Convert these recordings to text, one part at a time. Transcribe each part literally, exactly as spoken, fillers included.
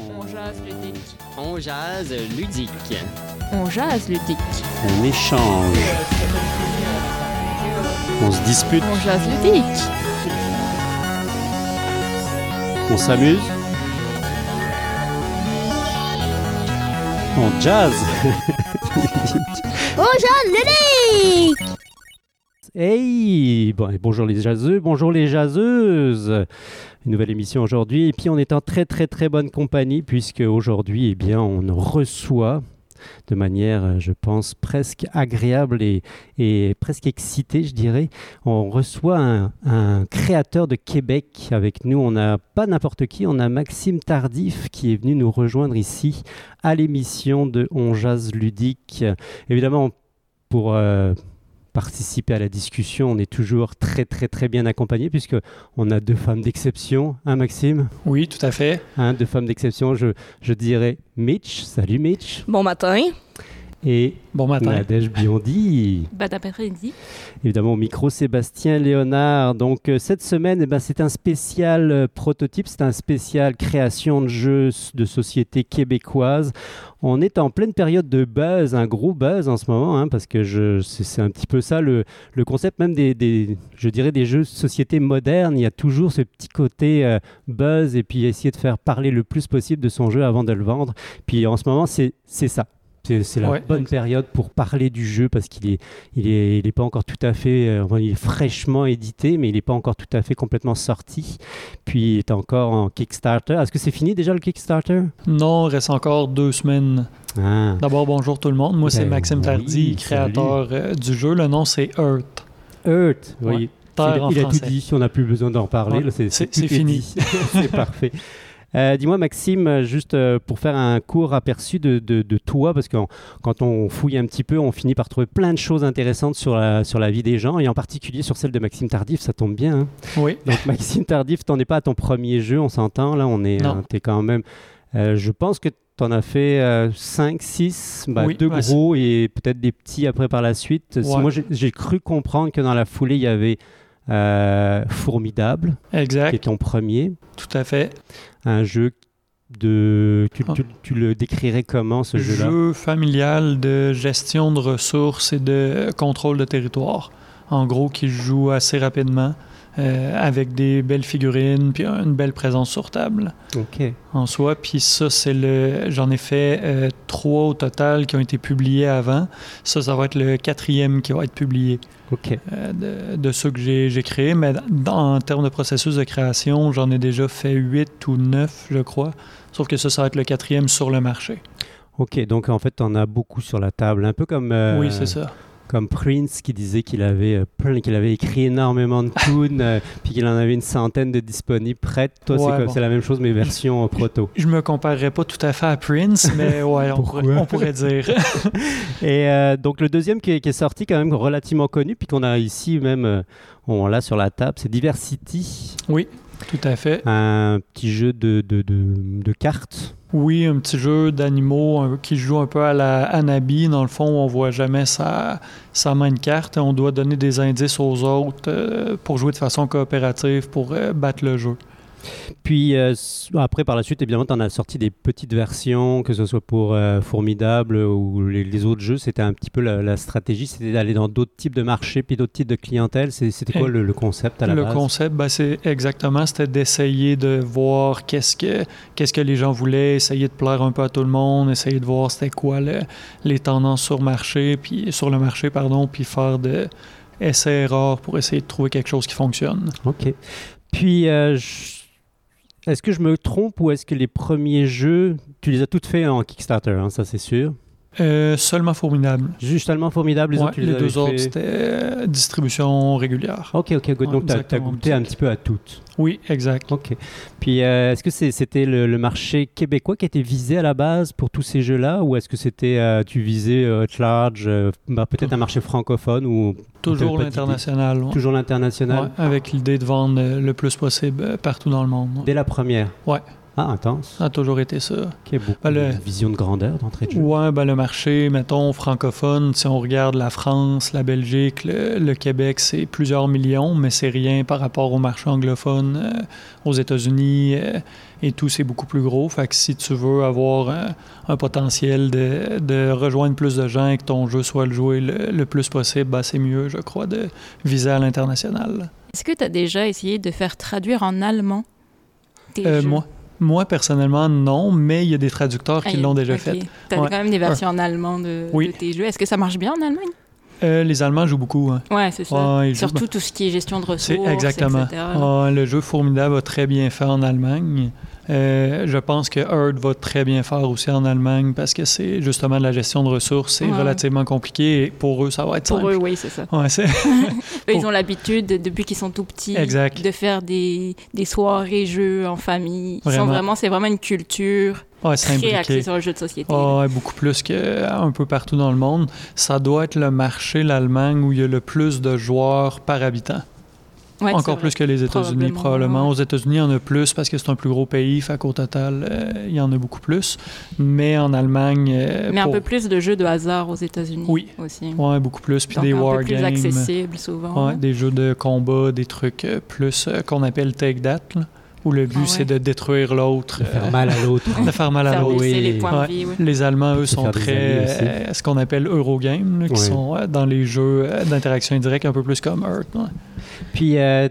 On jase ludique. On jase ludique. On jase ludique. On échange. On se dispute. On jase ludique. On s'amuse. On jazz. On jase ludique. Hey, bon, bonjour les jaseux, bonjour les jaseuses. Une nouvelle émission aujourd'hui et puis on est en très très très bonne compagnie puisque aujourd'hui, eh bien, on reçoit de manière, je pense, presque agréable et, et presque excitée, je dirais. On reçoit un, un créateur de Québec avec nous. On n'a pas n'importe qui, on a Maxime Tardif qui est venu nous rejoindre ici à l'émission de On Jase Ludique. Évidemment, pour euh, participer à la discussion, on est toujours très très très bien accompagné puisqu'on a deux femmes d'exception, hein Maxime ? Oui, tout à fait. Hein, deux femmes d'exception, je, je dirais Mitch. Salut Mitch. Bon matin. Et Bon matin. Nadège Biondi. Bon après-midi. Évidemment au micro Sébastien Léonard. Donc euh, cette semaine, eh ben, c'est un spécial euh, prototype, c'est un spécial création de jeux de société québécoise. On est en pleine période de buzz, un gros buzz en ce moment, hein, parce que je, c'est, c'est un petit peu ça le, le concept même des, des, je dirais des jeux de société modernes. Il y a toujours ce petit côté euh, buzz et puis essayer de faire parler le plus possible de son jeu avant de le vendre. Puis en ce moment, c'est, c'est ça. C'est, c'est la ouais, bonne exact. période pour parler du jeu parce qu'il est, il est, il est pas encore tout à fait, euh, enfin, il est fraîchement édité, mais il n'est pas encore tout à fait complètement sorti. Puis il est encore en Kickstarter. Est-ce que c'est fini déjà le Kickstarter? Non, il reste encore deux semaines. Ah. D'abord, bonjour tout le monde. Moi, c'est Ben Maxime oui, Tardy, créateur euh, du jeu. Le nom, c'est Earth. Earth, oui. Ouais, Terre il en il a français. tout dit, on n'a plus besoin d'en parler. Ouais, Là, c'est, c'est- c'est, c'est tout est fini. dit. C'est parfait. Euh, dis-moi Maxime, juste euh, pour faire un court aperçu de, de, de toi, parce que quand on fouille un petit peu, on finit par trouver plein de choses intéressantes sur la, sur la vie des gens, et en particulier sur celle de Maxime Tardif, ça tombe bien. Hein. Oui. Donc Maxime Tardif, t'en es pas à ton premier jeu, on s'entend, là, on est, Non. hein, t'es quand même... Euh, je pense que t'en as fait euh, cinq, six, bah, Oui, deux ouais, gros et peut-être des petits après par la suite. Si Ouais. moi, j'ai, j'ai cru comprendre que dans la foulée, il y avait euh, Formidable, qui est Exact. ton premier. Tout à fait. Un jeu de... Tu, Ah. tu- tu le décrirais comment, ce jeu-là? Jeu familial de gestion de ressources et de contrôle de territoire. En gros, qui se joue assez rapidement, euh, avec des belles figurines puis une belle présence sur table. OK. En soi. Puis ça, c'est le. J'en ai fait euh, trois au total qui ont été publiés avant. Ça, ça va être le quatrième qui va être publié OK. euh, de, de ceux que j'ai, j'ai créés. Mais dans, en termes de processus de création, j'en ai déjà fait huit ou neuf, je crois. Sauf que ça, ça va être le quatrième sur le marché. OK, donc en fait, tu en as beaucoup sur la table. Un peu comme... euh, Oui, c'est ça. Comme Prince qui disait qu'il avait, euh, plein, qu'il avait écrit énormément de tunes, euh, puis qu'il en avait une centaine de disponibles prêtes. Toi, c'est, Ouais, comme, bon. c'est la même chose, mais version euh, proto. Je me comparerais pas tout à fait à Prince, mais ouais, on, Pourquoi? pourrait, on pourrait dire. Et euh, donc, le deuxième qui est, qui est sorti, quand même relativement connu, puis qu'on a ici même, euh, on l'a sur la table, c'est Diversity, Oui, tout à fait. un petit jeu de, de, de, de cartes. Oui, un petit jeu d'animaux un- qui joue un peu à la Hanabi. Dans le fond, on voit jamais sa, sa main de carte. On doit donner des indices aux autres euh, pour jouer de façon coopérative, pour euh, battre le jeu. Puis euh, s- après, par la suite, évidemment, tu en as sorti des petites versions, que ce soit pour euh, Formidable ou les, les autres jeux. C'était un petit peu la, la stratégie, c'était d'aller dans d'autres types de marchés puis d'autres types de clientèle. C'est- c'était quoi Et le, le concept à la le base? concept, ben, c'est exactement, c'était d'essayer de voir qu'est-ce que, qu'est-ce que les gens voulaient, essayer de plaire un peu à tout le monde, essayer de voir c'était quoi le- les tendances sur marché, puis sur le marché, pardon, puis faire de essais-erreurs pour essayer de trouver quelque chose qui fonctionne. OK. Puis, euh, je- est-ce que je me trompe ou est-ce que les premiers jeux, tu les as toutes faits en Kickstarter, hein, ça c'est sûr? Euh, seulement Formidable. Juste tellement Formidable, les Ouais, autres, tu les les avais deux autres, fait- c'était euh, distribution régulière. OK, OK, good. Ouais, Donc, tu as exactement, goûté un boutique. petit peu à toutes. Oui, exact. OK. Puis, euh, est-ce que c'est- c'était le, le marché québécois qui était visé à la base pour tous ces jeux-là ou est-ce que c'était, euh, tu visais euh, at large, euh, bah, peut-être un marché francophone ou Toujours t'avais pas l'international. ouais. toujours l'international? Ouais, avec l'idée de vendre euh, le plus possible euh, partout dans le monde. ouais. Dès la première? Ouais. Ah, intense. Ça a toujours été ça. OK, beaucoup Ben, le- de vision de grandeur d'entrée de jeu. Ouais, ben le marché, mettons, francophone, si on regarde la France, la Belgique, le, le Québec, c'est plusieurs millions, mais c'est rien par rapport au marché anglophone, euh, aux États-Unis euh, et tout, c'est beaucoup plus gros. Fait que si tu veux avoir un, un potentiel de, de rejoindre plus de gens et que ton jeu soit le joué le, le plus possible, ben c'est mieux, je crois, de viser à l'international. Est-ce que tu as déjà essayé de faire traduire en allemand tes Euh, jeux? moi, moi, personnellement, non, mais il y a des traducteurs qui Ah, l'ont déjà ok. fait. Tu as Ouais. quand même des versions en allemand de, Oui. de tes jeux. Est-ce que ça marche bien en Allemagne? Euh, les Allemands jouent beaucoup, hein. Ouais, c'est ça. Ouais, ils jouent- Surtout tout ce qui est gestion de ressources, C'est exactement. et cetera là. Ah, le jeu Formidable a très bien fait en Allemagne. Euh, je pense que Earth va très bien faire aussi en Allemagne parce que c'est justement de la gestion de ressources. C'est Ouais. relativement compliqué et pour eux, ça va être Pour simple. eux, oui, c'est ça. Ouais, c'est... Eux, Pour- ils ont l'habitude, de- depuis qu'ils sont tout petits, Exact. de faire des, des soirées jeux en famille. Ils sont Vraiment. vraiment, c'est vraiment une culture Ouais, c'est très axée imbriqué. sur le jeu de société. Ah, ouais, beaucoup plus qu'un peu partout dans le monde. Ça doit être le marché, l'Allemagne, où il y a le plus de joueurs par habitant. Ouais, c'est Encore vrai. plus que les États-Unis, Probablement, probablement. ouais. Aux États-Unis, il y en a plus parce que c'est un plus gros pays, fait qu'au total, euh, il y en a beaucoup plus. Mais en Allemagne... euh, Mais un pour- peu plus de jeux de hasard aux États-Unis Oui. aussi. Ouais, beaucoup plus. Puis Donc des un peu wargames. plus accessible souvent. Ouais, des jeux de combat, des trucs euh, plus euh, qu'on appelle take that, là, où le but Ah ouais. c'est de détruire l'autre, De faire euh, mal à l'autre. de faire mal à Faire l'autre. baisser oui. les points Ouais. de vie, oui. Les Allemands, eux, Se sont faire des très amis aussi. euh, ce qu'on appelle Eurogame, là, qui Ouais. sont euh, dans les jeux euh, d'interaction indirecte un peu plus comme Earth. Ouais. Puis, euh,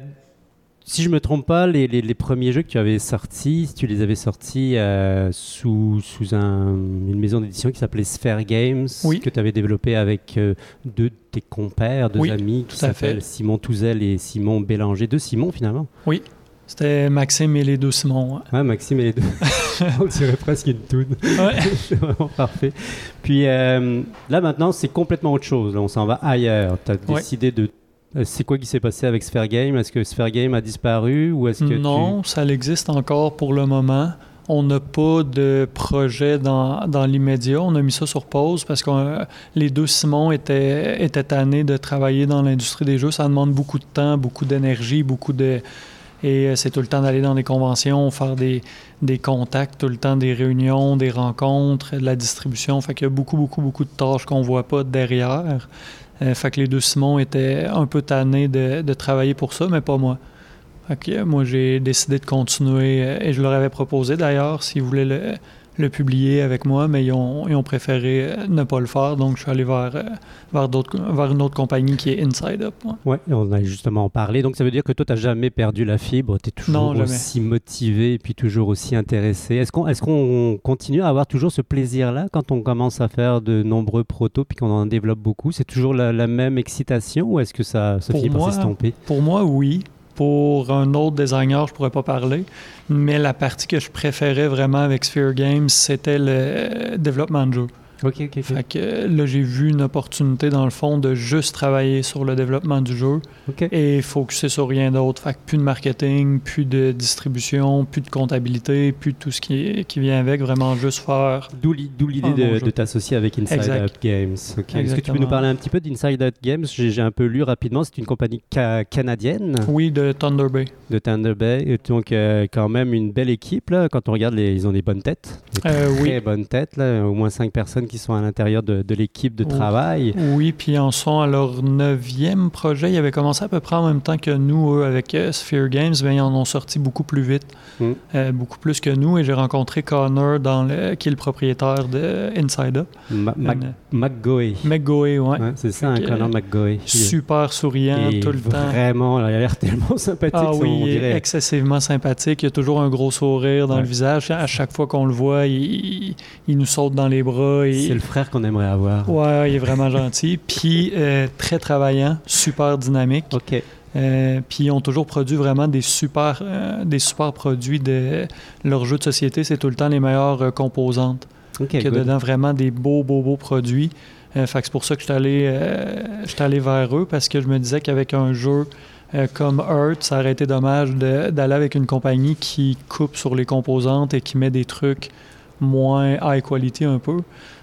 si je me trompe pas, les, les- les premiers jeux que tu avais sortis, si tu les avais sortis euh, sous, sous un- une maison d'édition qui s'appelait Sphere Games, Oui. que tu avais développé avec euh, deux de tes compères, deux Oui, amis, qui tout à s'appellent fait. Simon Touzel et Simon Bélanger. Deux Simon, finalement. C'était Maxime et les deux Simon. Ouais. Ouais, Maxime et les deux. On dirait presque une toune. Ouais. C'est vraiment parfait. Puis euh, là, maintenant, c'est complètement autre chose. Là, on s'en va ailleurs. Tu as Ouais. décidé de... euh, C'est quoi qui s'est passé avec Sphere Game? Est-ce que Sphere Game a disparu ou est-ce que Non, ça existe encore pour le moment. On n'a pas de projet dans, dans l'immédiat. On a mis ça sur pause parce que euh, les deux Simon étaient, étaient tannés de travailler dans l'industrie des jeux. Ça demande beaucoup de temps, beaucoup d'énergie, beaucoup de... Et euh, c'est tout le temps d'aller dans des conventions, faire des, des contacts, tout le temps des réunions, des rencontres, de la distribution. Fait qu'il y a beaucoup, beaucoup, beaucoup de tâches qu'on voit pas derrière. Euh, fait que les deux Simon étaient un peu tannés de, de travailler pour ça, mais pas moi. Fait que euh, moi, j'ai décidé de continuer euh, et je leur avais proposé d'ailleurs s'ils voulaient le, le publier avec moi, mais ils ont, ils ont préféré euh, ne pas le faire. Donc, je suis allé vers, euh, vers, d'autres, vers une autre compagnie qui est Inside Up. Ouais. Ouais, on a justement en parlé. Donc ça veut dire que toi, tu n'as jamais perdu la fibre, tu es toujours Non, jamais. aussi motivé et puis toujours aussi intéressé. Est-ce qu'on est-ce qu'on continue à avoir toujours ce plaisir-là quand on commence à faire de nombreux protos puis qu'on en développe beaucoup? C'est toujours la, la même excitation ou est-ce que ça, ça Pour finit par moi, s'estomper? Pour moi, oui. Pour un autre designer, je pourrais pas parler. Mais la partie que je préférais vraiment avec Sphere Games, c'était le développement de jeu. Ok, ok, ok. Fait que là, j'ai vu une opportunité, dans le fond, de juste travailler sur le développement du jeu Ok. et focuser sur rien d'autre. Fait que plus de marketing, plus de distribution, plus de comptabilité, plus de tout ce qui, qui vient avec. Vraiment juste faire... D'où l'i- d'où l'idée Un bon de, jeu. de t'associer avec Inside Exact. Out Games. Ok. Est-ce que tu peux Exactement. nous parler un petit peu d'Inside Out Games? J'ai j'ai un peu lu rapidement, c'est une compagnie ca- canadienne Oui, de Thunder Bay. de Thunder Bay. Et donc, euh, quand même une belle équipe. Là. Quand on regarde, les, ils ont des bonnes têtes. Des Euh, très oui. bonnes têtes. Là. Au moins cinq personnes qui sont à l'intérieur de, de l'équipe de Oh. travail. Oui, puis ils en sont à leur neuvième projet. Ils avaient commencé à peu près en même temps que nous, eux, avec euh, Sphere Games, mais ils en ont sorti beaucoup plus vite, Mm. euh, beaucoup plus que nous. Et j'ai rencontré Connor, dans le, qui est le propriétaire de Inside Up. Ma- Mac- Euh, McGoey. McGoey, ouais. Ouais, c'est ça, un Fait que, Connor McGoey. Super souriant Et tout le temps. vraiment, là, il a l'air tellement sympathique. Ah ça, oui, on il est dirait. excessivement sympathique. Il a toujours un gros sourire dans Ouais. le visage. À chaque fois qu'on le voit, il, il- il nous saute dans les bras. Et... C'est le frère qu'on aimerait avoir. Ouais, il est vraiment gentil. Puis euh, très travaillant, super dynamique. Ok. Euh, puis ils ont toujours produit vraiment des super, euh, des super produits. De... Leur jeu de société, c'est tout le temps les meilleures euh, composantes. Ok, Il y a good. dedans vraiment des beaux, beaux, beaux produits. Euh, fait que c'est pour ça que je suis allé, euh, je suis allé vers eux, parce que je me disais qu'avec un jeu euh, comme Earth, ça aurait été dommage de- d'aller avec une compagnie qui coupe sur les composantes et qui met des trucs moins high quality un peu.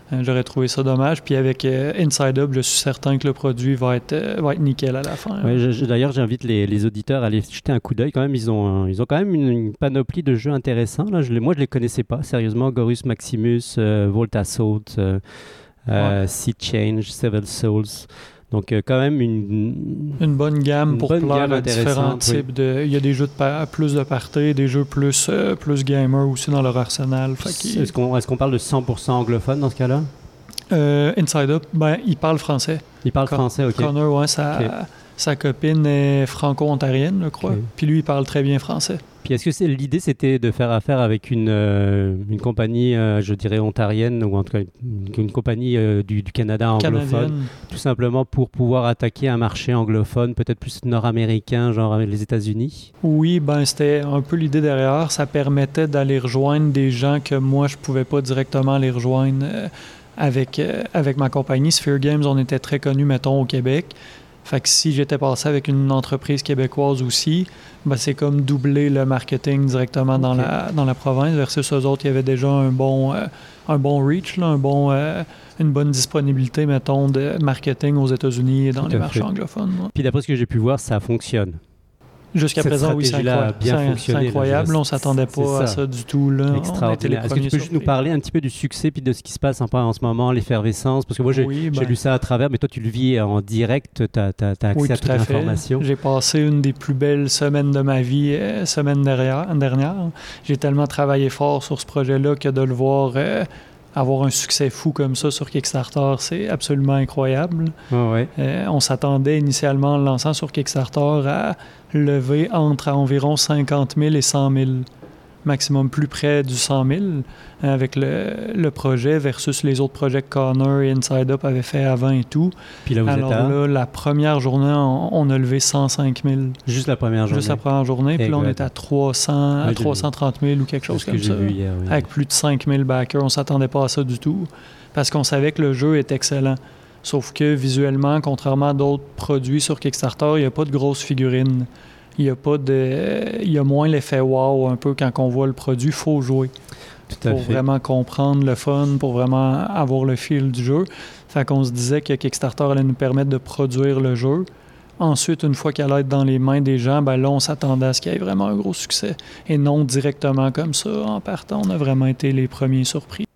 Euh, j'aurais trouvé ça dommage. Puis avec euh, Inside Up, je suis certain que le produit va être, euh, va être nickel à la fin. Ouais, je, je, d'ailleurs, j'invite les, les auditeurs à aller jeter un coup d'œil. Quand même, ils ont, euh, ils ont quand même une, une panoplie de jeux intéressants. Là, je les, moi, je ne les connaissais pas, sérieusement. Gorus Maximus, euh, Volt Assault, euh, euh, ouais. Sea Change, Seven Souls. Donc, euh, quand même une... Une bonne gamme une pour bonne plaire gamme à différents types oui. de... Il y a des jeux de pa... plus de party, des jeux plus, euh, plus gamer aussi dans leur arsenal. Fait qu'il... Est-ce qu'on, est-ce qu'on parle de cent pour cent anglophone dans ce cas-là? Euh, Inside Up, ben, il parle français. Il parle Con- français, ok. Connor, ouais, sa, okay. sa copine est franco-ontarienne, je crois. Okay. Puis lui, il parle très bien français. Puis est-ce que c'est, l'idée, c'était de faire affaire avec une, euh, une compagnie, euh, je dirais, ontarienne, ou en tout cas une, une compagnie euh, du, du Canada anglophone, Canadienne. Tout simplement pour pouvoir attaquer un marché anglophone, peut-être plus nord-américain, genre avec les États-Unis? Oui, ben c'était un peu l'idée derrière. Ça permettait d'aller rejoindre des gens que moi, je pouvais pas directement aller rejoindre euh, avec, euh, avec ma compagnie. Sphere Games, on était très connus, mettons, au Québec. Fait que si j'étais passé avec une entreprise québécoise aussi, ben c'est comme doubler le marketing directement dans, okay. la, dans la province versus eux autres, il y avait déjà un bon, euh, un bon reach, là, un bon, euh, une bonne disponibilité, mettons, de marketing aux États-Unis et dans Tout les marchés fait. anglophones. Ouais. Puis d'après ce que j'ai pu voir, ça fonctionne. Jusqu'à Cette présent, oui, c'est incroyable. Bien c'est, fonctionné, c'est incroyable. Là, on ne s'attendait pas ça. à ça du tout. Là. Extraordinaire. Est-ce que tu peux juste nous parler un petit peu du succès puis de ce qui se passe en, en ce moment, l'effervescence? Parce que moi, j'ai, oui, ben... j'ai lu ça à travers, mais toi, tu le vis en direct. Tu as accès oui, à toute à l'information. J'ai passé une des plus belles semaines de ma vie, euh, semaine dernière, dernière. J'ai tellement travaillé fort sur ce projet-là que de le voir... Euh, avoir un succès fou comme ça sur Kickstarter, c'est absolument incroyable. Oh ouais. euh, on s'attendait initialement, en le lançant sur Kickstarter, à lever entre à environ cinquante mille et cent mille. Maximum plus près du cent mille hein, avec le, le projet versus les autres projets que Connor et Inside Up avaient fait avant et tout. Puis là, vous Alors êtes à... là, la première journée, on, on a levé cent cinq mille. Juste la première journée? Juste la première journée. Puis là, on est à trois cents, ouais, trois cent trente mille ou quelque chose c'est comme ce que ça. J'ai vu hier, oui. Avec plus de cinq mille backers. On ne s'attendait pas à ça du tout parce qu'on savait que le jeu est excellent. Sauf que visuellement, contrairement à d'autres produits sur Kickstarter, il n'y a pas de grosses figurines. Il y a pas de, il y a moins l'effet wow un peu quand on voit le produit. Il faut jouer Tout à pour fait. vraiment comprendre le fun, pour vraiment avoir le feel du jeu. Fait qu'on se disait que Kickstarter allait nous permettre de produire le jeu. Ensuite, une fois qu'elle allait être dans les mains des gens, ben là, on s'attendait à ce qu'il y ait vraiment un gros succès. Et non directement comme ça. En partant, on a vraiment été les premiers surpris.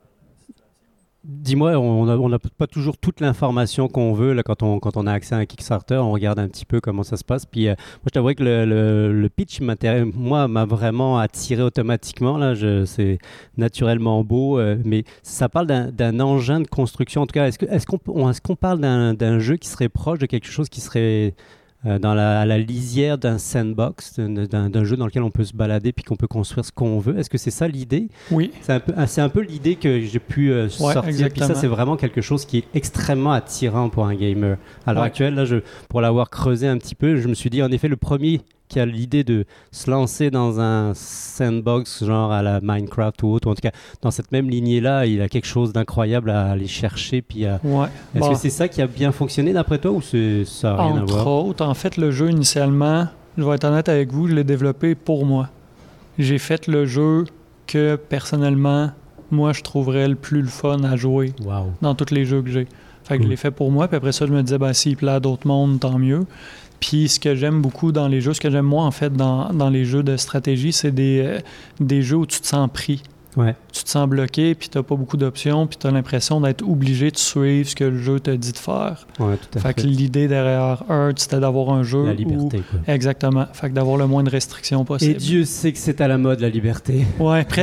Dis-moi, on n'a on a pas toujours toute l'information qu'on veut là, quand, on, quand on a accès à un Kickstarter. On regarde un petit peu comment ça se passe. Puis, euh, moi, je t'avoue que le, le, le pitch moi, m'a vraiment attiré automatiquement. Là. Je, c'est naturellement beau, euh, mais ça parle d'un, d'un engin de construction. En tout cas, est-ce, que, est-ce, qu'on, est-ce qu'on parle d'un, d'un jeu qui serait proche de quelque chose qui serait... Euh, dans la, à la lisière d'un sandbox, d'un, d'un jeu dans lequel on peut se balader puis qu'on peut construire ce qu'on veut. Est-ce que c'est ça l'idée? Oui. C'est un peu, c'est un peu l'idée que j'ai pu euh, ouais, sortir. Exactement. Puis ça, c'est vraiment quelque chose qui est extrêmement attirant pour un gamer. À l'heure ouais. actuelle, là, je, pour l'avoir creusé un petit peu, je me suis dit, en effet, le premier qui a l'idée de se lancer dans un sandbox genre à la Minecraft ou autre, ou en tout cas dans cette même lignée-là, il a quelque chose d'incroyable à aller chercher. Puis à... ouais. Est-ce bon. que c'est ça qui a bien fonctionné d'après toi ou c'est, ça n'a rien Entre à voir? Entre autres, en fait, le jeu initialement, je vais être honnête avec vous, je l'ai développé pour moi. J'ai fait le jeu que personnellement, moi, je trouverais le plus le fun à jouer wow. dans tous les jeux que j'ai. Fait que mmh. je l'ai fait pour moi, puis après ça, je me disais, ben, s'il plaît à d'autres mondes, tant mieux. Puis ce que j'aime beaucoup dans les jeux, ce que j'aime moi en fait dans, dans les jeux de stratégie, c'est des, euh, des jeux où tu te sens pris. Ouais. Tu te sens bloqué, puis tu n'as pas beaucoup d'options, puis tu as l'impression d'être obligé de suivre ce que le jeu te dit de faire. Ouais, tout à fait. Fait que l'idée derrière Earth, c'était d'avoir un jeu la liberté, où... quoi. Exactement. Fait que d'avoir le moins de restrictions possible. Et Dieu sait que c'est à la mode, la liberté. Ouais, prêt.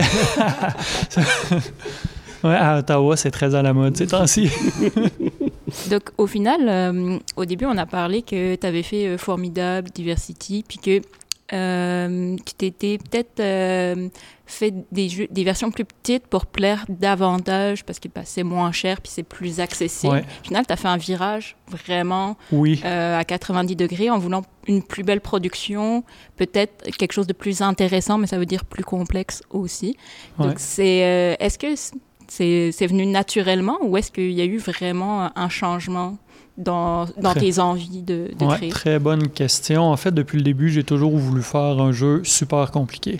Ouais, à Ottawa, c'est très à la mode ces temps-ci. Donc, au final, euh, au début, on a parlé que tu avais fait euh, Formidable, Diversity, puis que euh, tu t'étais peut-être euh, fait des, jeux, des versions plus petites pour plaire davantage parce que bah, c'est moins cher puis c'est plus accessible. Ouais. Au final, tu as fait un virage vraiment oui. euh, à quatre-vingt-dix degrés en voulant une plus belle production, peut-être quelque chose de plus intéressant, mais ça veut dire plus complexe aussi. Ouais. Donc, c'est, euh, est-ce que c'est, c'est venu naturellement ou est-ce qu'il y a eu vraiment un changement dans, dans très, tes envies de, de ouais, créer? Très bonne question. En fait, depuis le début, j'ai toujours voulu faire un jeu super compliqué.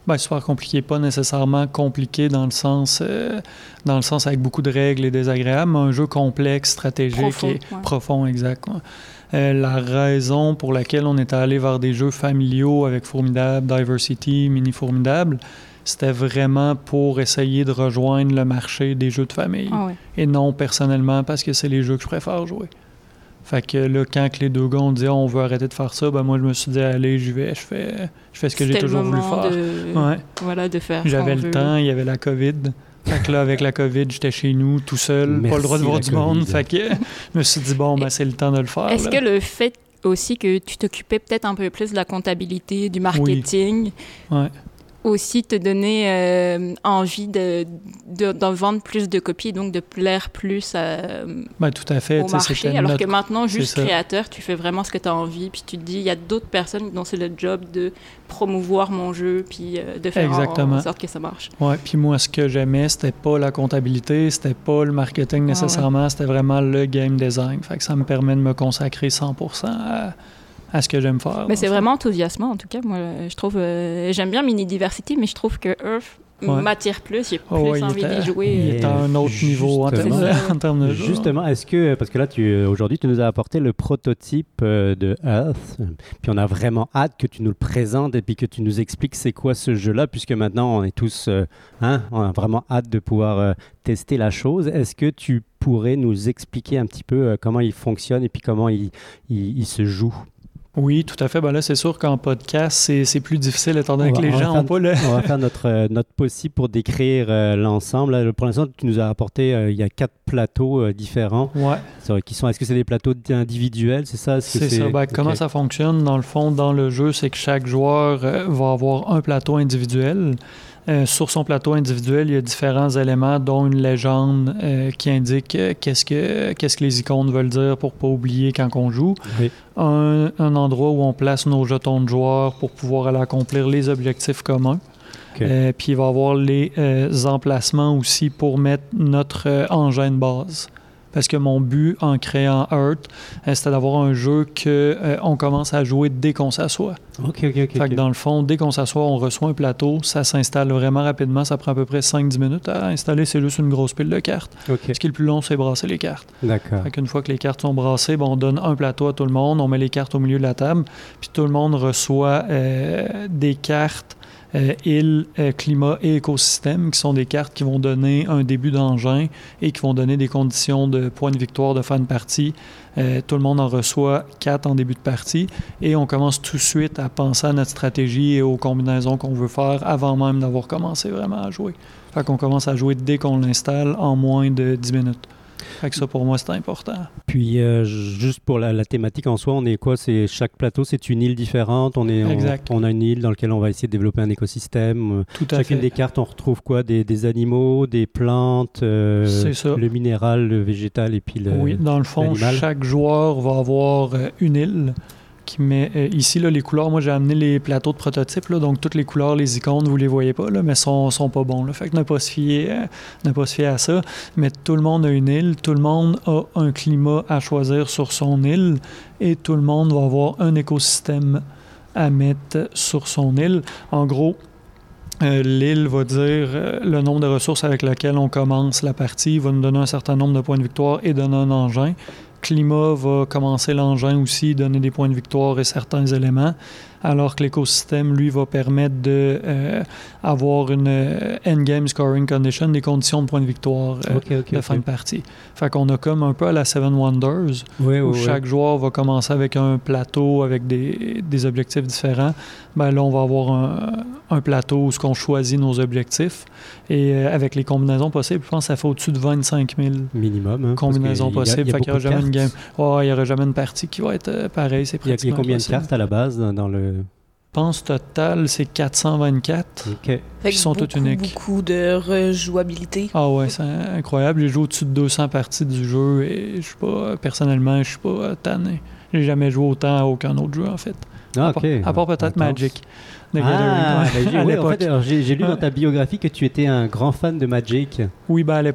Ben, super compliqué, pas nécessairement compliqué dans le sens euh, dans le sens avec beaucoup de règles et désagréables, mais un jeu complexe, stratégique Profond, et ouais. profond, exact. Ouais. Euh, la raison pour laquelle on était allé vers des jeux familiaux avec Formidable, Diversity, Mini Formidable, c'était vraiment pour essayer de rejoindre le marché des jeux de famille. Ah ouais. Et non personnellement parce que c'est les jeux que je préfère jouer. Fait que là, quand que les deux gars ont dit oh, on veut arrêter de faire ça, ben moi je me suis dit allez, j'y vais, je fais, je fais ce que j'ai toujours voulu faire. De... Ouais. Voilà, de faire. J'avais le veut. temps, il y avait la COVID. Fait que là, avec la COVID, j'étais chez nous, tout seul, Merci pas le droit de voir du COVID. monde. Fait que je me suis dit bon, ben c'est le temps de le faire. Est-ce là. que le fait aussi que tu t'occupais peut-être un peu plus de la comptabilité, du marketing, oui. Ouais. aussi te donnait euh, envie de, de, d'en vendre plus de copies, donc de plaire plus à, Ben, tout à fait. au marché, alors notre... que maintenant, juste c'est créateur, tu fais vraiment ce que tu as envie, puis tu te dis, il y a d'autres personnes dont c'est le job de promouvoir mon jeu, puis euh, de faire en, en sorte que ça marche. Ouais, puis moi, ce que j'aimais, c'était pas la comptabilité, c'était pas le marketing nécessairement, ah ouais. C'était vraiment le game design. Fait que ça me permet de me consacrer cent pour cent à... à ce que j'aime faire. Mais c'est vraiment enthousiasmant, en tout cas. Moi, je trouve... Euh, j'aime bien Mini Diversity, mais je trouve que Earth ouais. m'attire plus. J'ai plus oh, ouais, envie d'y jouer. Il est à un autre niveau en termes, de, en termes de jeu. Justement, est-ce que... Parce que là, tu, aujourd'hui, tu nous as apporté le prototype de Earth. Puis on a vraiment hâte que tu nous le présentes et puis que tu nous expliques c'est quoi ce jeu-là, puisque maintenant, on est tous... Euh, hein, on a vraiment hâte de pouvoir euh, tester la chose. Est-ce que tu pourrais nous expliquer un petit peu euh, comment il fonctionne et puis comment il, il, il se joue? Oui, tout à fait. Ben là, c'est sûr qu'en podcast, c'est, c'est plus difficile étant donné va, que les gens n'ont pas le... On va faire notre, euh, notre possible pour décrire euh, l'ensemble. Là, pour l'instant, tu nous as apporté, euh, il y a quatre plateaux euh, différents. Ouais. C'est, qui sont, est-ce que c'est des plateaux individuels, c'est ça? Est-ce que c'est, c'est ça. Ben, okay. Comment ça fonctionne, dans le fond, dans le jeu, c'est que chaque joueur euh, va avoir un plateau individuel. Euh, sur son plateau individuel, il y a différents éléments, dont une légende euh, qui indique euh, qu'est-ce, que, qu'est-ce que les icônes veulent dire pour ne pas oublier quand on joue. Oui. Un, un endroit où on place nos jetons de joueurs pour pouvoir aller accomplir les objectifs communs. Okay. Euh, puis il va y avoir les euh, emplacements aussi pour mettre notre euh, engin de base. Parce que mon but en créant Earth, euh, c'était d'avoir un jeu qu'on euh, commence à jouer dès qu'on s'assoit. OK, OK, OK. Fait que dans le fond, dès qu'on s'assoit, on reçoit un plateau, ça s'installe vraiment rapidement, ça prend à peu près cinq dix minutes à installer, c'est juste une grosse pile de cartes. Okay. Ce qui est le plus long, c'est brasser les cartes. D'accord. Fait qu'une fois que les cartes sont brassées, ben, on donne un plateau à tout le monde, on met les cartes au milieu de la table, puis tout le monde reçoit euh, des cartes Euh, île, euh, climat et écosystème, qui sont des cartes qui vont donner un début d'engin et qui vont donner des conditions de points de victoire de fin de partie. Euh, tout le monde en reçoit quatre en début de partie et on commence tout de suite à penser à notre stratégie et aux combinaisons qu'on veut faire avant même d'avoir commencé vraiment à jouer. Fait qu'on commence à jouer dès qu'on l'installe en moins de dix minutes. Fait que ça, pour moi, c'est important. Puis, euh, juste pour la, la thématique en soi, on est quoi? C'est, chaque plateau, c'est une île différente. On, est, exact. On, on a une île dans laquelle on va essayer de développer un écosystème. Tout à Chacune fait. des cartes, on retrouve quoi? Des, des animaux, des plantes, euh, c'est ça. Le minéral, le végétal et puis le Oui, dans le fond, l'animal. Chaque joueur va avoir euh, une île. Qui met, euh, ici, là, les couleurs, moi j'ai amené les plateaux de prototypes, là, donc toutes les couleurs, les icônes, vous les voyez pas, là, mais sont, sont pas bons. Là, fait que ne pas se fier, euh, ne pas se fier à ça. Mais tout le monde a une île, tout le monde a un climat à choisir sur son île et tout le monde va avoir un écosystème à mettre sur son île. En gros, Euh, l'île va dire euh, le nombre de ressources avec lesquelles on commence la partie, va nous donner un certain nombre de points de victoire et donner un engin. Climat va commencer l'engin aussi, donner des points de victoire et certains éléments, alors que l'écosystème, lui, va permettre de euh, avoir une euh, endgame scoring condition, des conditions de points de victoire euh, okay, okay, de okay. fin de partie. Fait qu'on a comme un peu à la Seven Wonders, oui, où oui, chaque oui. joueur va commencer avec un plateau avec des, des objectifs différents. Ben là, on va avoir un, un plateau où on choisit nos objectifs. Et euh, avec les combinaisons possibles, je pense que ça fait au-dessus de vingt-cinq mille minimum, hein, combinaisons possibles. Il fait qu'il n'y aura jamais une game. Oh, il n'y aura jamais une partie qui va être euh, pareille. C'est il, y a, il y a combien possible. de cartes à la base dans, dans le... Je pense total, c'est quatre cent vingt-quatre. Okay. Fait qui sont beaucoup, toutes uniques. Beaucoup de rejouabilité. Ah ouais, c'est incroyable. J'ai joué au-dessus de deux cents parties du jeu et je suis pas, personnellement, je suis pas tanné. J'ai jamais joué autant à aucun autre jeu, en fait. Ah, à, OK. part, à part peut-être Intense. Magic. Ah, ben, j'ai, à ouais, l'époque. en fait, alors, j'ai, j'ai lu dans ta biographie que tu étais un grand fan de Magic. Oui, ben à l'époque.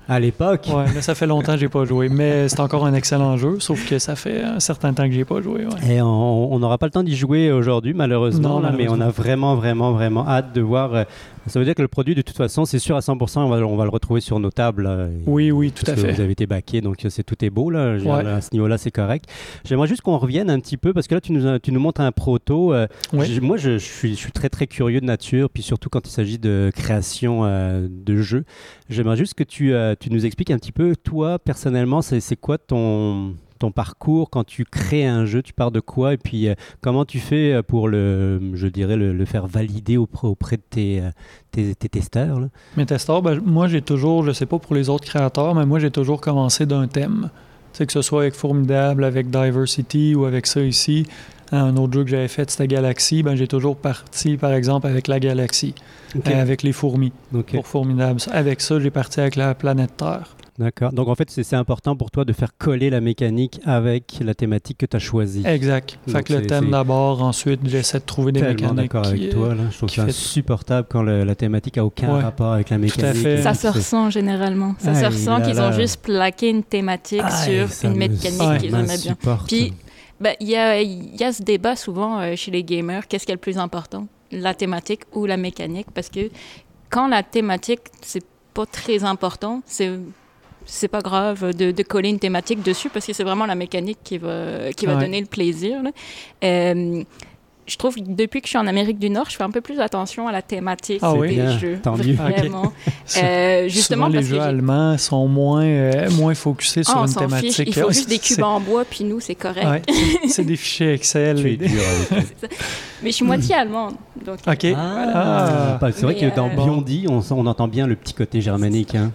À l'époque? Ouais, là, ça fait longtemps que j'ai pas joué, mais c'est encore un excellent jeu, sauf que ça fait un certain temps que j'ai pas joué. Ouais. Et on n'aura pas le temps d'y jouer aujourd'hui, malheureusement, Non, là, malheureusement. mais on a vraiment, vraiment, vraiment hâte de voir. euh, Ça veut dire que le produit, de toute façon, c'est sûr à cent pour cent, on va, on va le retrouver sur nos tables. là, et- Oui, oui, tout parce à que fait. Vous avez été baqué, donc c'est, tout est beau. Là, Je veux dire, Ouais. là, à ce niveau-là, c'est correct. J'aimerais juste qu'on revienne un petit peu, parce que là, tu nous, as- tu nous montres un proto. euh, Oui. j'ai- moi, je, je suis, je suis très, très curieux de nature, puis surtout quand il s'agit de création euh, de jeux. J'aimerais juste que tu, euh, tu nous expliques un petit peu, toi, personnellement, c'est, c'est quoi ton... ton parcours quand tu crées un jeu, tu pars de quoi et puis euh, comment tu fais euh, pour le, je dirais, le, le faire valider auprès, auprès de tes, euh, tes, tes testeurs là? Mes testeurs, ben, moi, j'ai toujours, je sais pas pour les autres créateurs, mais moi, j'ai toujours commencé d'un thème. C'est que ce soit avec Formidable, avec Diversity ou avec ça ici. Un autre jeu que j'avais fait, c'était Galaxy. Ben, j'ai toujours parti, par exemple, avec la Galaxie, Ok. euh, avec les fourmis, Ok. pour Formidable. Avec ça, j'ai parti avec la planète Terre. D'accord. Donc en fait, c'est, c'est important pour toi de faire coller la mécanique avec la thématique que tu as choisie. Exact. Fait Donc, que le c'est- thème c'est d'abord, ensuite, j'essaie de trouver des Tellement mécaniques. d'accord avec qui, toi. euh, Là. Je trouve qui ça fait- insupportable quand le- la thématique a aucun Ouais. rapport avec la à mécanique. fait. Ça C'est- se ressent généralement. Ça Aïe se ressent là qu'ils là. ont juste plaqué une thématique Aïe, sur ça une me- mécanique ça qu'ils aimaient bien. m'insupporte. Puis, ben, il y, a, il y a ce débat souvent euh, chez les gamers, qu'est-ce qui est le plus important, la thématique ou la mécanique? Parce que quand la thématique, c'est pas très important, c'est c'est pas grave de, de coller une thématique dessus parce que c'est vraiment la mécanique qui va, qui va Ouais. donner le plaisir. Là. Euh, je trouve que depuis que je suis en Amérique du Nord, je fais un peu plus attention à la thématique Ah des oui? Bien, jeux. tant mieux. Vraiment. Euh, justement, Souvent, les parce jeux que j'ai- allemands sont moins, euh, moins focusés sur Ah, on une s'en thématique. fiche. Il faut Ouais, juste des c'est- cubes en bois, puis nous, c'est correct. Ouais, c'est- c'est des fichiers Excel. Tu es et des- dur avec eux. Mais je suis moitié allemande. Donc, OK. Ah, Ah. pas- c'est vrai Mais, que dans euh, Biondi, on, on entend bien le petit côté germanique. Hein.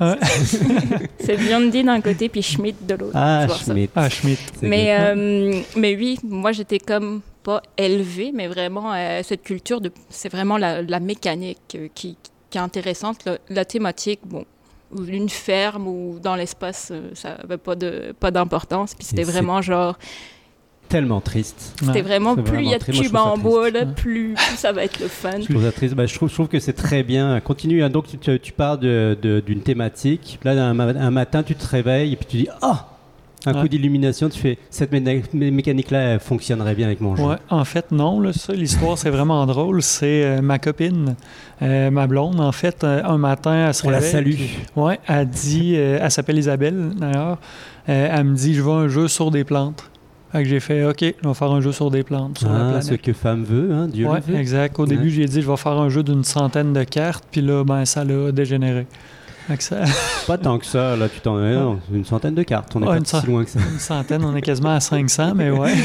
c'est Biondi d'un côté, puis Schmidt de l'autre. Ah, Tu vois ça. Schmidt. Ah, Schmidt. C'est Mais, bien. euh, mais oui, moi, j'étais comme pas élevée, mais vraiment, euh, cette culture, de, c'est vraiment la, la mécanique euh, qui, qui est intéressante. La, la thématique, bon, une ferme ou dans l'espace, euh, ça n'avait pas, de, pas d'importance. Puis c'était Et c'est- vraiment genre, Tellement triste. c'était Ouais. vraiment, c'est plus il y a de vraiment très- cubes moi, je en trouve ça bois, là, triste. plus, plus ça va être le fun. Je trouve ça triste. Bah, je, trouve, je trouve que c'est très bien. Continue. Hein. Donc, tu, tu- tu pars de, de- d'une thématique. Là, un, ma- un matin, tu te réveilles et puis tu dis « Ah !» Un Ouais. coup d'illumination, tu fais « Cette mé- mé- mécanique-là, elle fonctionnerait bien avec mon jeu. Ouais, en fait, non. Là, ça, l'histoire, c'est vraiment drôle. C'est euh, ma copine, euh, ma blonde. En fait, euh, un matin, elle se On la réveille, salue. puis- Ouais, elle dit, euh, elle s'appelle Isabelle d'ailleurs. Euh, elle me dit, je veux un jeu sur des plantes. Fait que j'ai fait, OK, je vais faire un jeu sur des plantes sur la Ah, planète. ce que femme veut, hein, Dieu Ouais, le veut. exact. Au Ouais. début, j'ai dit, je vais faire un jeu d'une centaine de cartes, puis là, ben, ça l'a dégénéré. Fait que ça, Pas tant que ça, là, tu t'en es non, une centaine de cartes. On n'est Ouais, pas une si cent- loin que ça. une centaine, on est quasiment à cinq cents, mais ouais.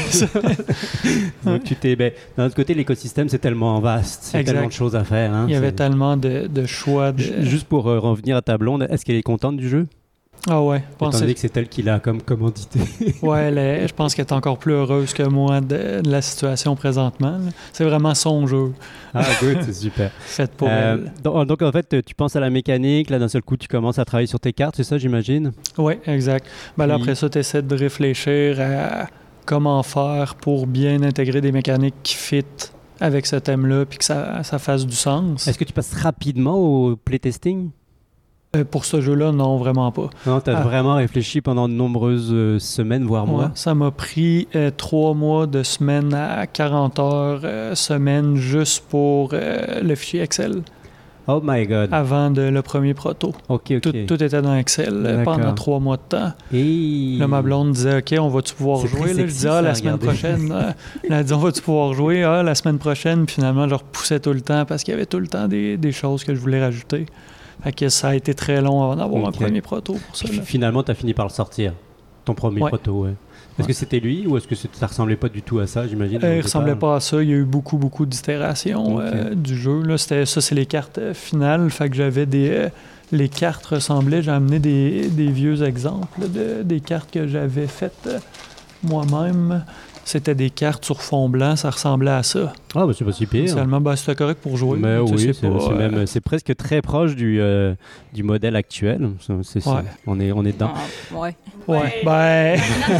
Donc, tu t'es, ben, d'un autre côté, l'écosystème, c'est tellement vaste. Il y a Exact. tellement de choses à faire. Hein, Il y avait c'est- tellement de, de choix. De... Ju- Juste pour euh, revenir à ta blonde, est-ce qu'elle est contente du jeu? Ah ouais, Étant pensez- donné que c'est elle qui l'a comme commandité. Ouais, elle est- je pense qu'elle est encore plus heureuse que moi de, de la situation présentement. là. C'est vraiment son jeu, Ah, good, c'est super. fait pour Euh, elle. donc, donc, en fait, tu penses à la mécanique, là, d'un seul coup, tu commences à travailler sur tes cartes, c'est ça, j'imagine? Oui, exact. Ben là, Puis- après ça, tu essaies de réfléchir à comment faire pour bien intégrer des mécaniques qui fit avec ce thème-là puis que ça, ça fasse du sens. Est-ce que tu passes rapidement au playtesting? Euh, pour ce jeu-là, non, vraiment pas. Non, tu as Ah. vraiment réfléchi pendant de nombreuses euh, semaines, voire Ouais, mois. ça m'a pris euh, trois mois de semaine à quarante heures euh, semaine juste pour euh, le fichier Excel Oh my God. avant de, le premier proto. Ok, ok. Ah, Tout, tout était dans Excel euh, D'accord. pendant trois mois de temps. Et... Là, ma blonde disait, OK, on va-tu pouvoir C'est jouer? très Là, je sexy, disais, ah, ça, la semaine regardez. prochaine. euh, Elle a dit, on va-tu pouvoir jouer? Ah, la semaine prochaine. Puis finalement, je repoussais tout le temps parce qu'il y avait tout le temps des, des choses que je voulais rajouter. Fait que ça a été très long avant d'avoir Ok. un premier proto pour ça. Puis là. finalement, tu as fini par le sortir, ton premier Ouais. proto. Ouais. Est-ce Ouais. que c'était lui ou est-ce que c'est- ça ressemblait pas du tout à ça, j'imagine? Euh, au il ressemblait départ? pas à ça. Il y a eu beaucoup, beaucoup d'itérations Ok. euh, du jeu. Là, c'était, ça, c'est les cartes euh, finales. Fait que j'avais des... euh, les cartes ressemblaient. J'ai amené des, des vieux exemples là, de, des cartes que j'avais faites euh, moi-même. c'était des cartes sur fond blanc, ça ressemblait à ça. Ah, bah c'est pas si pire. Initialement, ben, c'était correct pour jouer. Mais Tu sais, oui, c'est c'est, pas, c'est, euh, même, c'est presque très proche du, euh, du modèle actuel. C'est, c'est, Ouais. on, est, on est dedans. Ah, ouais. Ouais, ben...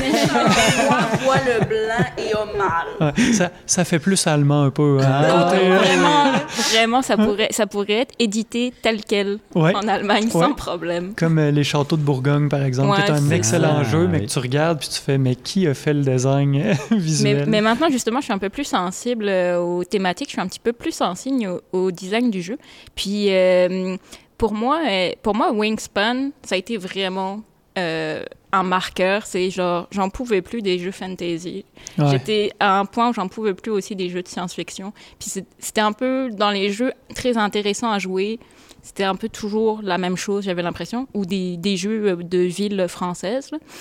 Moi, voit le blanc et a mal. Ouais, ça, ça fait plus allemand un peu. Hein. Ah, Côté, euh, Vraiment, vraiment, ça pourrait, ça pourrait être édité tel quel ouais. en Allemagne Ouais. sans problème. Comme euh, les châteaux de Bourgogne, par exemple, Ouais, qui est un c'est excellent ça. jeu, mais Oui. que tu regardes puis tu fais, mais qui a fait le design euh, Mais, visuel? mais maintenant, justement, je suis un peu plus sensible euh, aux thématiques, je suis un petit peu plus sensible au, au design du jeu. Puis, euh, pour moi, euh, pour moi, Wingspan, ça a été vraiment euh, un marqueur. C'est genre, j'en pouvais plus des jeux fantasy. Ouais. J'étais à un point où j'en pouvais plus aussi des jeux de science-fiction. Puis c'est- c'était un peu dans les jeux très intéressants à jouer. C'était un peu toujours la même chose, j'avais l'impression, ou des, des jeux de villes françaises. là.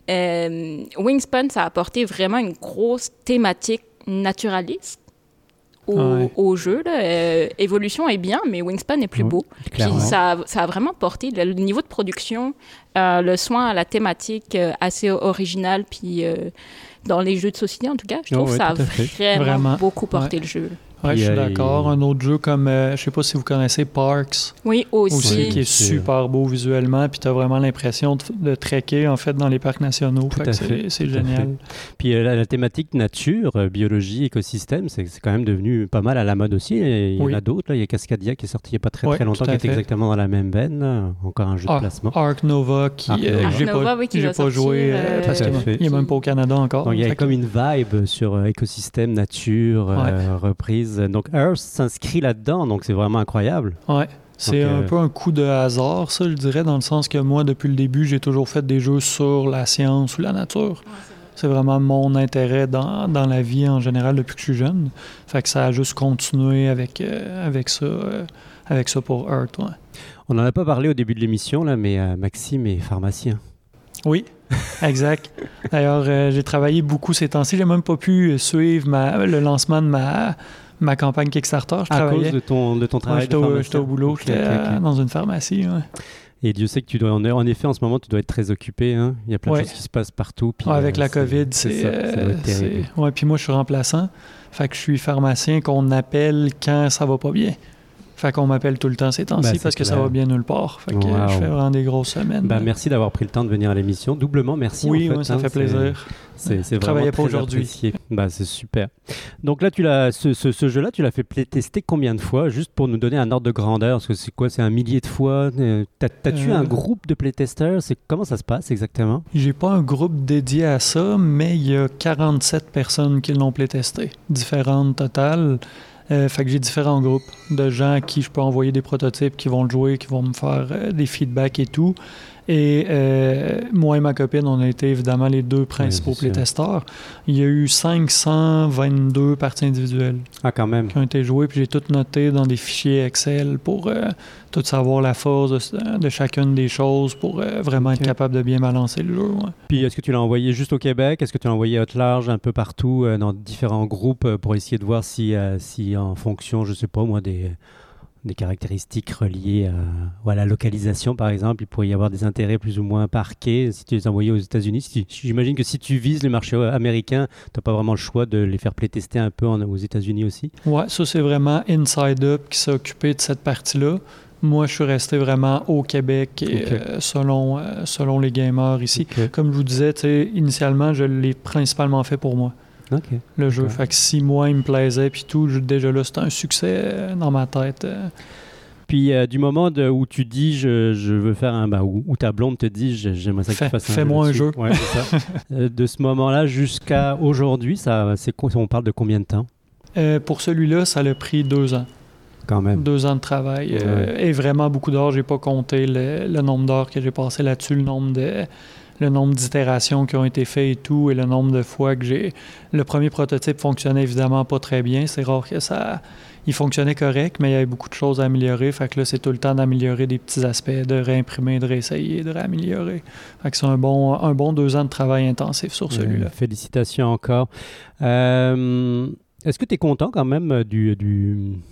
Euh, Wingspan, ça a apporté vraiment une grosse thématique naturaliste au, Ouais. au jeu. Là. Euh, Évolution est bien, mais Wingspan est plus Ouais, beau. Puis Clairement. ça, a- ça a vraiment porté le, le niveau de production, euh, le soin à la thématique euh, assez originale, puis euh, dans les jeux de société en tout cas, je Oh, trouve ouais, que ça a tout à fait. vraiment, Vraiment. beaucoup porté le jeu. Ouais, Puis, je suis euh, d'accord. il- Un autre jeu comme, euh, je sais pas si vous connaissez Parks, Oui, aussi. aussi, Oui, qui est c'est- super beau visuellement, puis tu as vraiment l'impression de, de trekker, en fait, dans les parcs nationaux. Tout Fait que à c'est, fait, c'est tout à génial. Puis euh, la, la thématique nature, euh, biologie, écosystème, c'est, c'est quand même devenu pas mal à la mode aussi. Et il Oui. y en a d'autres. Là. Il y a Cascadia qui est sorti il n'y a pas très, Ouais, très longtemps, tout qui à est fait. exactement dans la même veine. là. Encore un jeu de Ah, placement. Ark Nova, qui, Ark euh, Nova. que j'ai Ark Nova, pas, oui, qui j'ai va pas joué, sortir, euh, euh, parce Tout à qu'il fait. n'est même pas au Canada encore. Donc il y a Fait que- comme une vibe sur euh, écosystème, nature, euh, reprise. Donc Earth s'inscrit là-dedans, donc c'est vraiment incroyable. Ouais. C'est Donc, un euh, peu un coup de hasard, ça, je dirais, dans le sens que moi, depuis le début, j'ai toujours fait des jeux sur la science ou la nature. C'est vraiment mon intérêt dans, dans la vie en général depuis que je suis jeune. Fait que ça a juste continué avec, euh, avec, ça, euh, avec ça pour Earth. Ouais. On n'en a pas parlé au début de l'émission, là, mais euh, Maxime est pharmacien. Oui, exact. D'ailleurs, euh, j'ai travaillé beaucoup ces temps-ci. J'ai même pas pu suivre ma, le lancement de ma, ma campagne Kickstarter. Je À travaillais. cause de ton, de ton Ouais, travail j'étais, de au, pharmacien. j'étais au boulot, Ok, j'étais ok, ok. euh, dans une pharmacie. Ouais. Et Dieu sait que tu dois, en, en effet, en ce moment, tu dois être très occupé. Hein. Il y a plein Ouais. de choses qui se passent partout. Puis, Ouais, avec euh, la c'est- COVID, c'est, c'est. ça, ça doit euh, être terrible. c'est- Ouais, puis moi, je suis remplaçant. Fait que je suis pharmacien qu'on appelle quand ça va pas bien. Fait qu'on m'appelle tout le temps ces temps-ci Ben, c'est parce que ça clair. va bien nulle part. Fait que euh, Wow. je fais vraiment des grosses semaines. Ben, merci d'avoir pris le temps de venir à l'émission. Doublement merci. oui, en fait, ouais, ça hein. fait C'est- plaisir. C'est, c'est Je vraiment travaillais pas très aujourd'hui. apprécié. Ben, c'est super. Donc là, tu l'as, ce, ce, ce jeu-là, tu l'as fait playtester combien de fois? Juste pour nous donner un ordre de grandeur. Parce que c'est quoi? C'est un millier de fois? Euh, T'as, t'as-tu Euh. un groupe de playtesters? C'est, comment ça se passe exactement? J'ai pas un groupe dédié à ça, mais il y a quarante-sept personnes qui l'ont playtesté, différentes totales. Euh, fait que j'ai différents groupes de gens à qui je peux envoyer des prototypes qui vont le jouer, qui vont me faire euh, des feedbacks et tout. Et euh, moi et ma copine, on a été évidemment les deux principaux c'est sûr. playtesteurs. Il y a eu cinq cent vingt-deux parties individuelles Ah, quand même. qui ont été jouées, puis j'ai tout noté dans des fichiers Excel pour euh, tout savoir la force de, de chacune des choses pour euh, vraiment Ok. être capable de bien balancer le jeu. Ouais. Puis est-ce que tu l'as envoyé juste au Québec? Est-ce que tu l'as envoyé à large, un peu partout, euh, dans différents groupes, euh, pour essayer de voir si, euh, si en fonction, je sais pas moi, des, des caractéristiques reliées à, ou à la localisation, par exemple, il pourrait y avoir des intérêts plus ou moins parqués si tu les envoyais aux États-Unis? Si, j'imagine que si tu vises le marché américain, tu n'as pas vraiment le choix de les faire playtester un peu en- aux États-Unis aussi? Ouais, ça c'est vraiment Inside Up qui s'est occupé de cette partie-là. Moi, je suis resté vraiment au Québec et Ok. euh, selon, euh, selon les gamers ici. Ok. Comme je vous disais, tu sais, initialement, je l'ai principalement fait pour moi, Ok. le jeu. D'accord. Fait que si moi, il me plaisait, puis tout, je- déjà là, c'était un succès euh, dans ma tête. euh. Puis euh, du moment de- où tu dis je, je veux faire un... Bah, où, où ta blonde te dit je- j'aimerais ça que Fais- tu fasses un fais-moi un là-dessus. jeu. Ouais, c'est ça. Euh, de ce moment-là jusqu'à aujourd'hui, ça, c'est, quoi- on parle de combien de temps Euh, pour celui-là, ça a pris deux ans. quand même? Deux ans de travail. euh, et vraiment beaucoup d'heures. J'ai pas compté le, le nombre d'heures que j'ai passé là-dessus, le nombre de le nombre d'itérations qui ont été faites et tout, et le nombre de fois que j'ai... Le premier prototype fonctionnait évidemment pas très bien. C'est rare que ça... Il fonctionnait correct, mais il y avait beaucoup de choses à améliorer. Fait que là, c'est tout le temps d'améliorer des petits aspects, de réimprimer, de réessayer, de réaméliorer. Fait que c'est un bon, un bon deux ans de travail intensif sur celui-là. Euh, félicitations encore. Euh, est-ce que tu es content quand même du, du,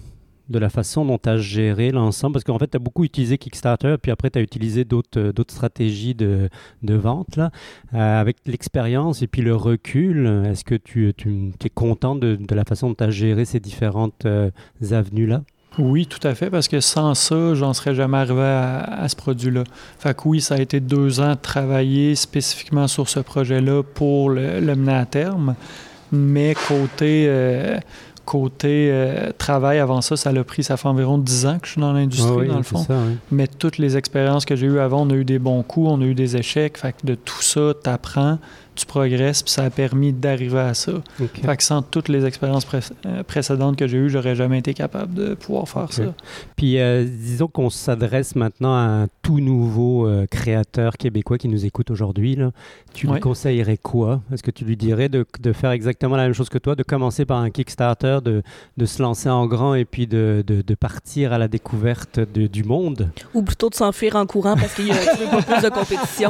de la façon dont tu as géré l'ensemble? Parce qu'en fait, tu as beaucoup utilisé Kickstarter, puis après, tu as utilisé d'autres, euh, d'autres stratégies de, de vente. Là. Euh, avec l'expérience et puis le recul, est-ce que tu, tu es content de, de la façon dont tu as géré ces différentes euh, avenues-là? Oui, tout à fait, parce que sans ça, j'en serais jamais arrivé à, à ce produit-là. Fait que oui, ça a été deux ans de travailler spécifiquement sur ce projet-là pour le, le mener à terme, mais côté... Euh, Côté euh, travail, avant ça, ça l'a pris, ça fait environ dix ans que je suis dans l'industrie, ah oui, dans le fond. Ça, oui. Mais toutes les expériences que j'ai eues avant, on a eu des bons coups, on a eu des échecs. Fait que de tout ça, tu apprends, tu progresses, puis ça a permis d'arriver à ça. Okay. Fait que sans toutes les expériences pré- euh, précédentes que j'ai eues, j'aurais jamais été capable de pouvoir faire okay. ça. Puis euh, disons qu'on s'adresse maintenant à un tout nouveau euh, créateur québécois qui nous écoute aujourd'hui. Là. Tu ouais. lui conseillerais quoi? Est-ce que tu lui dirais de, de faire exactement la même chose que toi, de commencer par un Kickstarter, de, de se lancer en grand et puis de, de, de partir à la découverte de, du monde? Ou plutôt de s'enfuir en courant parce qu'il y a pas plus de compétition?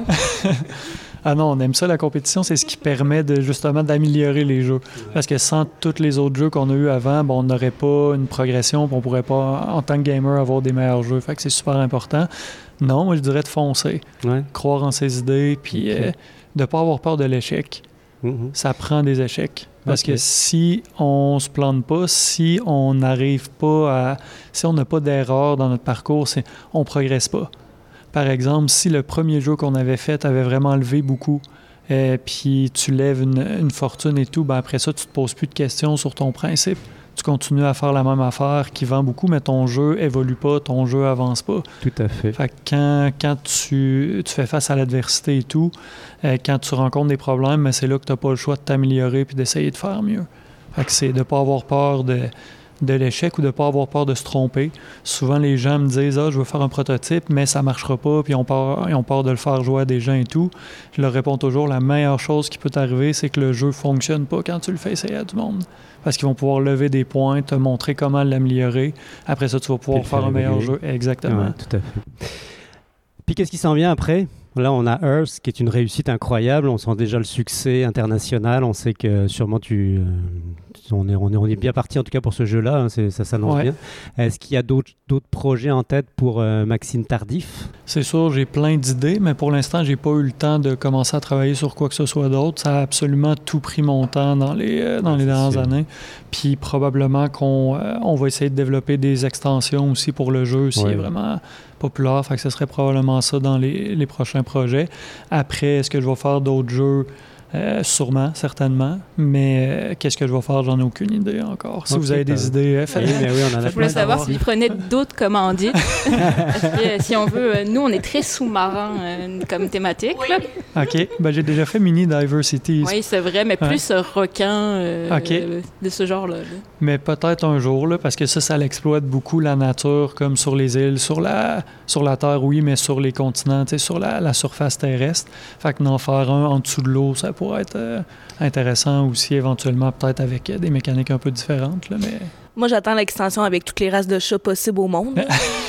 Ah non, on aime ça, la compétition, c'est ce qui permet de, justement d'améliorer les jeux. Parce que sans tous les autres jeux qu'on a eu avant, bon, on n'aurait pas une progression, puis on pourrait pas, en tant que gamer, avoir des meilleurs jeux. Fait que c'est super important. Non, moi, je dirais de foncer. Ouais. Croire en ses idées, puis okay. euh, de ne pas avoir peur de l'échec. Mm-hmm. Ça prend des échecs. Parce okay. que si on se plante pas, si on n'arrive pas à... Si on n'a pas d'erreur dans notre parcours, c'est, on ne progresse pas. Par exemple, si le premier jeu qu'on avait fait avait vraiment levé beaucoup, euh, puis tu lèves une, une fortune et tout, ben après ça, tu te poses plus de questions sur ton principe. Tu continues à faire la même affaire qui vend beaucoup, mais ton jeu évolue pas, ton jeu avance pas. Tout à fait. Fait que quand, quand tu, tu fais face à l'adversité et tout, euh, quand tu rencontres des problèmes, ben c'est là que tu n'as pas le choix de t'améliorer puis d'essayer de faire mieux. Fait que c'est de ne pas avoir peur de... de l'échec ou de ne pas avoir peur de se tromper. Souvent, les gens me disent « Ah, je veux faire un prototype, mais ça ne marchera pas, puis on part, on part de le faire jouer à des gens et tout. » Je leur réponds toujours « La meilleure chose qui peut t'arriver, c'est que le jeu ne fonctionne pas quand tu le fais essayer à du monde. » Parce qu'ils vont pouvoir lever des points, te montrer comment l'améliorer. Après ça, tu vas pouvoir faire un meilleur jeu. Exactement. Ouais, tout à fait. Puis, qu'est-ce qui s'en vient après? Là, on a Earth, qui est une réussite incroyable. On sent déjà le succès international. On sait que sûrement tu... Euh, on, est, on, est, on est bien parti, en tout cas, pour ce jeu-là. Hein, c'est, ça s'annonce ouais. bien. Est-ce qu'il y a d'autres, d'autres projets en tête pour euh, Maxime Tardif? C'est sûr, j'ai plein d'idées, mais pour l'instant, j'ai pas eu le temps de commencer à travailler sur quoi que ce soit d'autre. Ça a absolument tout pris mon temps dans les, euh, dans les dernières sûr. années. Puis probablement qu'on euh, on va essayer de développer des extensions aussi pour le jeu, s'il ouais. est vraiment... populaire, fait que ce serait probablement ça dans les, les prochains projets. Après, est-ce que je vais faire d'autres jeux? Euh, sûrement, certainement, mais euh, qu'est-ce que je vais faire? J'en ai aucune idée encore. Si okay, vous avez des idées, euh, faites. Oui, mais oui, on en a je voulais savoir si vous prenez d'autres commandites. Parce que, si on veut, euh, nous, on est très sous-marin euh, comme thématique. Oui. Là. OK. Ben, j'ai déjà fait Mini Diversity. Oui, c'est vrai, mais plus ouais. requin euh, okay. euh, de ce genre-là. Là. Mais peut-être un jour, là, parce que ça, ça l'exploite beaucoup la nature, comme sur les îles, sur la, sur la Terre, oui, mais sur les continents, sur la, la surface terrestre. Fait que d'en faire un en dessous de l'eau, ça pourrait être euh, intéressant aussi, éventuellement, peut-être avec euh, des mécaniques un peu différentes. Là, mais... Moi, j'attends l'extension avec toutes les races de chats possibles au monde.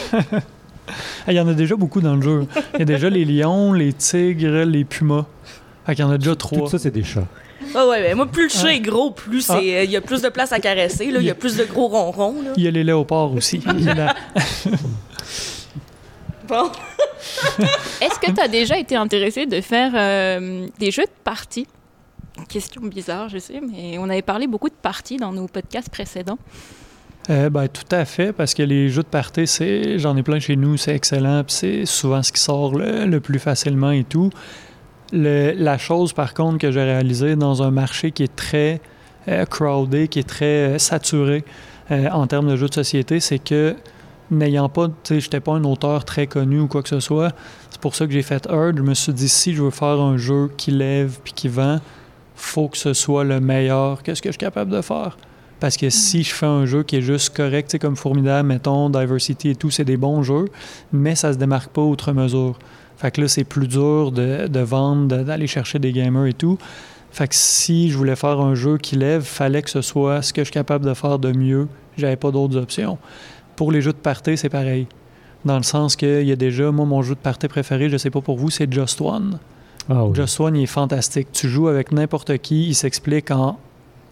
Il y en a déjà beaucoup dans le jeu. Il y a déjà les lions, les tigres, les pumas. Fait qu'il y en a déjà trois. Tout ça, c'est des chats. Ah ouais, mais moi, plus le chat ah. est gros, plus il ah. euh, y a plus de place à caresser. Il y a plus de gros ronrons. Il y a les léopards aussi. la... Bon. Est-ce que tu as déjà été intéressé de faire euh, des jeux de parties? Question bizarre, je sais, mais on avait parlé beaucoup de parties dans nos podcasts précédents. Euh, ben, tout à fait, parce que les jeux de party, c'est, j'en ai plein chez nous, c'est excellent, puis c'est souvent ce qui sort le, le plus facilement et tout. Le, la chose, par contre, que j'ai réalisée dans un marché qui est très euh, crowded, qui est très euh, saturé euh, en termes de jeux de société, c'est que n'ayant pas, tu sais, j'étais pas un auteur très connu ou quoi que ce soit, c'est pour ça que j'ai fait Herd. Je me suis dit, si je veux faire un jeu qui lève puis qui vend, faut que ce soit le meilleur que ce que je suis capable de faire. Parce que mm. si je fais un jeu qui est juste correct, tu sais, comme Formidable, mettons, Diversity et tout, c'est des bons jeux, mais ça se démarque pas outre mesure. Fait que là, c'est plus dur de, de vendre, de, d'aller chercher des gamers et tout. Fait que si je voulais faire un jeu qui lève, fallait que ce soit ce que je suis capable de faire de mieux. J'avais pas d'autres options. Pour les jeux de party, c'est pareil. Dans le sens qu'il y a déjà, moi, mon jeu de party préféré, je sais pas pour vous, c'est Just One. Ah oui. Just One, il est fantastique. Tu joues avec n'importe qui, il s'explique en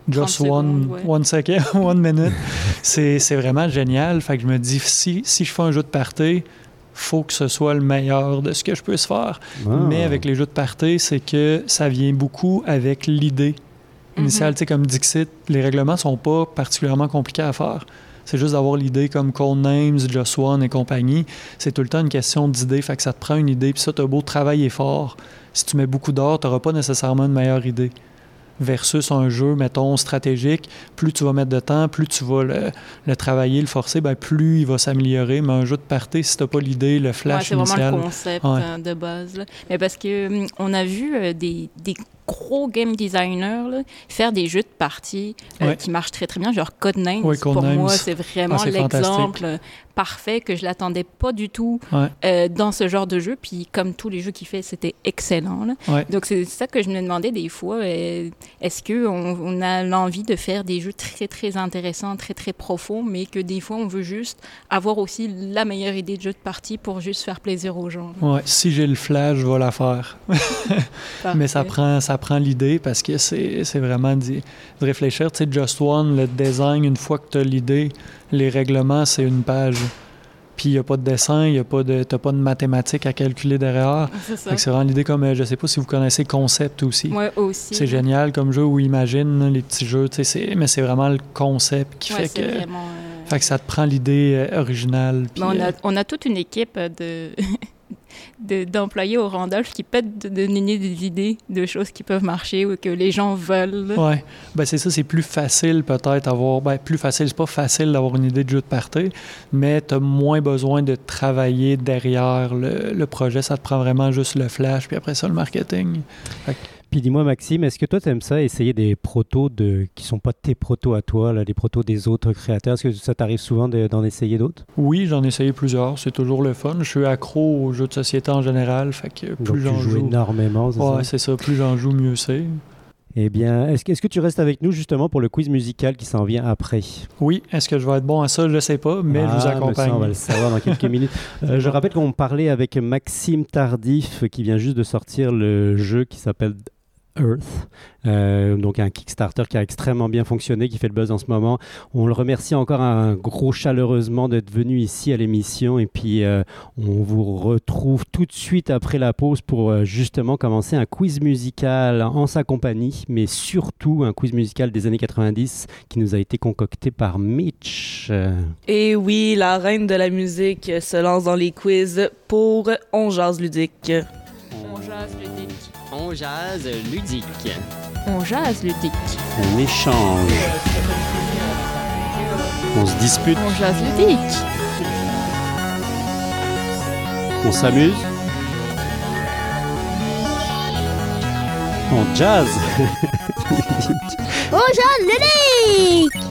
Just trente one, secondes, ouais. one second, one minute. c'est, c'est vraiment génial. Fait que je me dis, si, si je fais un jeu de party, faut que ce soit le meilleur de ce que je peux se faire. Ah. Mais avec les jeux de party, c'est que ça vient beaucoup avec l'idée initiale. Mhm. Tu sais, comme Dixit, les règlements sont pas particulièrement compliqués à faire. C'est juste d'avoir l'idée comme Codenames, Just One et compagnie. C'est tout le temps une question d'idée. Fait que ça te prend une idée. Puis ça, t'as beau travailler fort. Si tu mets beaucoup d'heures, t'auras pas nécessairement une meilleure idée. Versus un jeu, mettons, stratégique, plus tu vas mettre de temps, plus tu vas le, le travailler, le forcer, ben plus il va s'améliorer. Mais un jeu de party, si tu n'as pas l'idée, le Ouais, flash c'est vraiment initial... le concept Ouais. hein, de base. Là. Mais parce que hum, on a vu euh, des, des gros game designers là, faire des jeux de partie euh, Ouais. qui marchent très très bien, genre Codenames. Ouais, pour Codenames. moi, c'est vraiment Ah, c'est l'exemple euh, parfait que je l'attendais pas du tout Ouais. euh, dans ce genre de jeu. Puis comme tous les jeux qu'il fait, c'était excellent. Là. Ouais. Donc c'est ça que je me demandais des fois. euh, est-ce que on, on a l'envie de faire des jeux très très intéressants, très très profonds, mais que des fois on veut juste avoir aussi la meilleure idée de jeu de partie pour juste faire plaisir aux gens. Ouais, si j'ai le flash, je vais la faire. Mais ça Parfait. prend, ça prend l'idée parce que c'est, c'est vraiment d'y- de réfléchir. Tu sais, Just One, le design, une fois que tu as l'idée, les règlements, c'est une page. Puis il n'y a pas de dessin, tu n'as pas de mathématiques à calculer derrière. C'est ça. Fait que c'est vraiment l'idée comme, euh, je sais pas si vous connaissez Concept aussi. Ouais, aussi. C'est génial comme jeu où imagine là, les petits jeux, tu sais, c'est- mais c'est vraiment le concept qui Ouais, fait c'est que, vraiment, euh, fait que ça te prend l'idée euh, originale. puis, Mais on, euh, a, on a toute une équipe de, de- d'employés au Randolph qui peut de donner des idées de choses qui peuvent marcher ou que les gens veulent. là. Ouais, ben c'est ça, c'est plus facile peut-être avoir, ben plus facile, c'est pas facile d'avoir une idée de jeu de party, mais t'as moins besoin de travailler derrière le, le projet, ça te prend vraiment juste le flash, puis après ça le marketing. Fait que, Puis dis-moi, Maxime, est-ce que toi, tu aimes ça, essayer des protos de... qui sont pas tes protos à toi, là, les protos des autres créateurs? Est-ce que ça t'arrive souvent de- d'en essayer d'autres? oui, j'en ai essayé plusieurs, c'est toujours le fun. Je suis accro aux jeux de société en général, fait que Donc, plus tu j'en joues joue, énormément, c'est ouais, ça? c'est ça, plus j'en joue, mieux c'est. Eh bien, est-ce que, est-ce que tu restes avec nous justement pour le quiz musical qui s'en vient après? Oui, est-ce que je vais être bon à ça? Je ne sais pas, mais je vous Ah, mais accompagne. ça, on va le savoir dans quelques minutes. Euh, je rappelle qu'on parlait avec Maxime Tardif qui vient juste de sortir le jeu qui s'appelle Earth, euh, donc un Kickstarter qui a extrêmement bien fonctionné, qui fait le buzz en ce moment. On le remercie encore un gros chaleureusement d'être venu ici à l'émission et puis euh, on vous retrouve tout de suite après la pause pour euh, justement commencer un quiz musical en sa compagnie, mais surtout un quiz musical des années quatre-vingt-dix qui nous a été concocté par Mitch. Euh, Et oui, la reine de la musique se lance dans les quiz pour On Jase Ludique. On jase ludique. On jase ludique. On jase ludique. on échange, on se dispute, On jase ludique. on s'amuse, on jazz. On jase ludique!